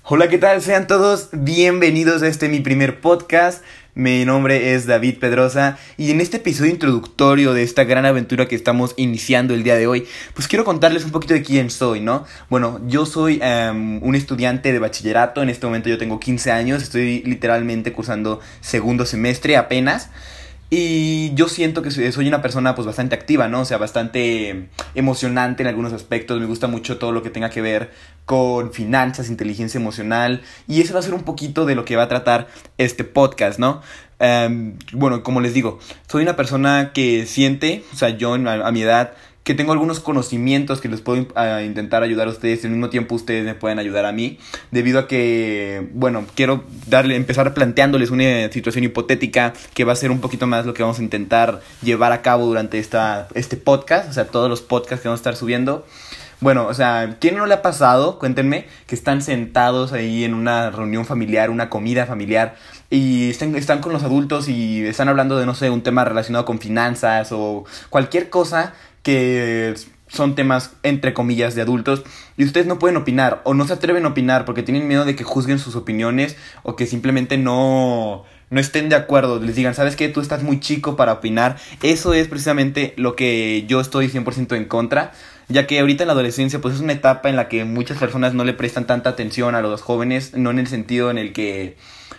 Hola, ¿qué tal? Sean todos bienvenidos a mi primer podcast. Mi nombre es David Pedrosa y en este episodio introductorio de esta gran aventura que estamos iniciando el día de hoy, pues quiero contarles un poquito de quién soy, ¿no? Bueno, yo soy un estudiante de bachillerato. En este momento yo tengo 15 años, estoy literalmente cursando segundo semestre apenas. Y yo siento que soy una persona pues bastante activa, ¿no? O sea, bastante emocionante en algunos aspectos. Me gusta mucho todo lo que tenga que ver con finanzas, inteligencia emocional. Y eso va a ser un poquito de lo que va a tratar este podcast, ¿no? Bueno, como les digo, soy una persona que siente, o sea, yo a mi edad, que tengo algunos conocimientos que les puedo intentar ayudar a ustedes y al mismo tiempo ustedes me pueden ayudar a mí, debido a que, bueno, quiero empezar planteándoles una situación hipotética que va a ser un poquito más lo que vamos a intentar llevar a cabo durante este podcast, o sea, todos los podcasts que vamos a estar subiendo. Bueno, o sea, ¿quién no le ha pasado? Cuéntenme, que están sentados ahí en una reunión familiar, una comida familiar, y están con los adultos y están hablando de, no sé, un tema relacionado con finanzas o cualquier cosa que son temas entre comillas de adultos y ustedes no pueden opinar o no se atreven a opinar porque tienen miedo de que juzguen sus opiniones o que simplemente no estén de acuerdo, les digan, ¿sabes qué? Tú estás muy chico para opinar. Eso es precisamente lo que yo estoy 100% en contra, ya que ahorita en la adolescencia pues es una etapa en la que muchas personas no le prestan tanta atención a los jóvenes, no en el sentido en el que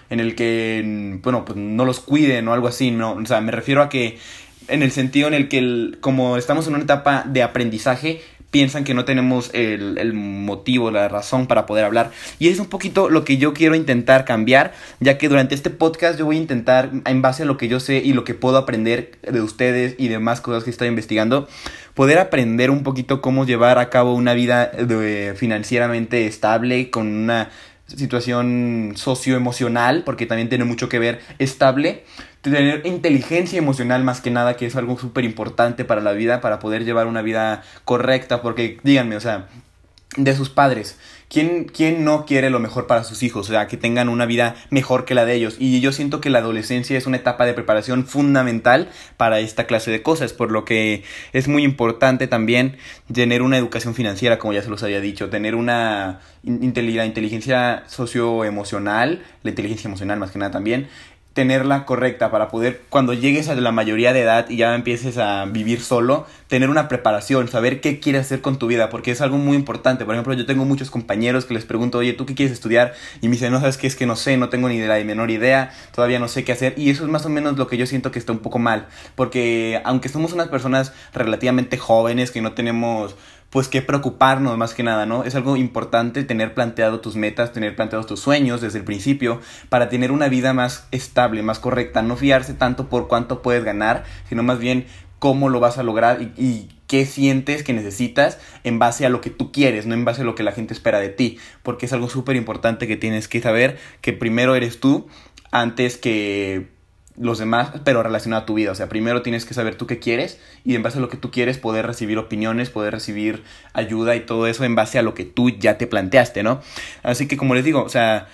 bueno, pues no los cuiden o algo así, no, o sea, me refiero a que en el sentido en el que como estamos en una etapa de aprendizaje, piensan que no tenemos el motivo, la razón para poder hablar. Y es un poquito lo que yo quiero intentar cambiar, ya que durante este podcast yo voy a intentar, en base a lo que yo sé y lo que puedo aprender de ustedes y demás cosas que estoy investigando, poder aprender un poquito cómo llevar a cabo una vida financieramente estable, con una situación socioemocional, porque también tiene mucho que ver, estable, tener inteligencia emocional más que nada, que es algo súper importante para la vida, para poder llevar una vida correcta, porque díganme, o sea, de sus padres, ¿quién no quiere lo mejor para sus hijos? O sea, que tengan una vida mejor que la de ellos. Y yo siento que la adolescencia es una etapa de preparación fundamental para esta clase de cosas, por lo que es muy importante también tener una educación financiera, como ya se los había dicho, tener una inteligencia socioemocional, la inteligencia emocional más que nada también, tenerla correcta para poder, cuando llegues a la mayoría de edad y ya empieces a vivir solo, tener una preparación, saber qué quieres hacer con tu vida, porque es algo muy importante. Por ejemplo, yo tengo muchos compañeros que les pregunto, oye, ¿tú qué quieres estudiar? Y me dicen, no, ¿sabes qué? Es que no sé, no tengo ni la menor idea, todavía no sé qué hacer. Y eso es más o menos lo que yo siento que está un poco mal, porque aunque somos unas personas relativamente jóvenes, que no tenemos pues que preocuparnos más que nada, ¿no? Es algo importante tener planteado tus metas, tener planteados tus sueños desde el principio para tener una vida más estable, más correcta, no fiarse tanto por cuánto puedes ganar, sino más bien cómo lo vas a lograr y qué sientes que necesitas en base a lo que tú quieres, no en base a lo que la gente espera de ti, porque es algo súper importante que tienes que saber, que primero eres tú antes que los demás, pero relacionado a tu vida. O sea, primero tienes que saber tú qué quieres y en base a lo que tú quieres poder recibir opiniones, poder recibir ayuda y todo eso en base a lo que tú ya te planteaste, ¿no? Así que como les digo, o sea,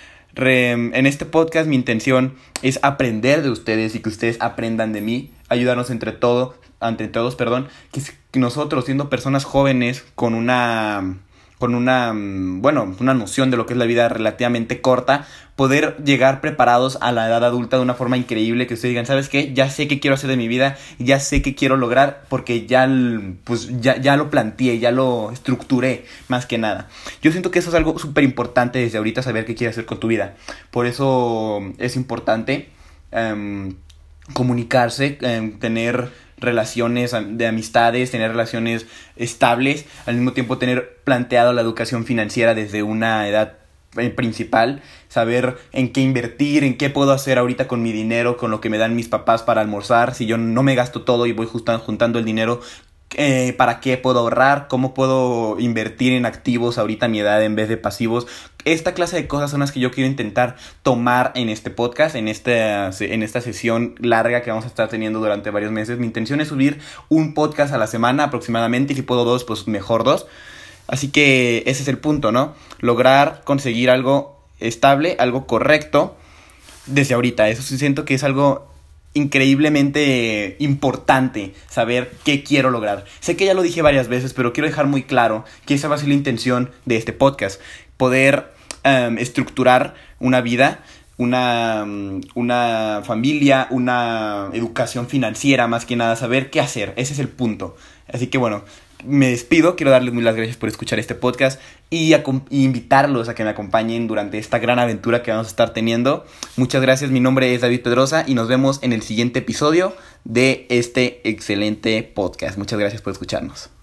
en este podcast mi intención es aprender de ustedes y que ustedes aprendan de mí, ayudarnos entre todos, que nosotros siendo personas jóvenes con una noción de lo que es la vida relativamente corta, poder llegar preparados a la edad adulta de una forma increíble, que ustedes digan, ¿sabes qué? Ya sé qué quiero hacer de mi vida, ya sé qué quiero lograr, porque ya lo planteé, ya lo estructuré, más que nada. Yo siento que eso es algo súper importante desde ahorita, saber qué quieres hacer con tu vida. Por eso es importante comunicarse, tener relaciones de amistades, tener relaciones estables, al mismo tiempo tener planteado la educación financiera desde una edad principal, saber en qué invertir, en qué puedo hacer ahorita con mi dinero, con lo que me dan mis papás para almorzar, si yo no me gasto todo y voy juntando el dinero, para qué puedo ahorrar, cómo puedo invertir en activos ahorita a mi edad en vez de pasivos. Esta clase de cosas son las que yo quiero intentar tomar en este podcast, en esta sesión larga que vamos a estar teniendo durante varios meses. Mi intención es subir un podcast a la semana aproximadamente, y si puedo 2, pues mejor 2. Así que ese es el punto, ¿no? Lograr conseguir algo estable, algo correcto desde ahorita. Eso sí siento que es algo increíblemente importante, saber qué quiero lograr. Sé que ya lo dije varias veces, pero quiero dejar muy claro que esa va a ser la intención de este podcast. Poder estructurar una vida, una familia, una educación financiera, más que nada, saber qué hacer. Ese es el punto. Así que bueno, me despido, quiero darles muy las gracias por escuchar este podcast y invitarlos a que me acompañen durante esta gran aventura que vamos a estar teniendo. Muchas gracias, mi nombre es David Pedrosa y nos vemos en el siguiente episodio de este excelente podcast. Muchas gracias por escucharnos.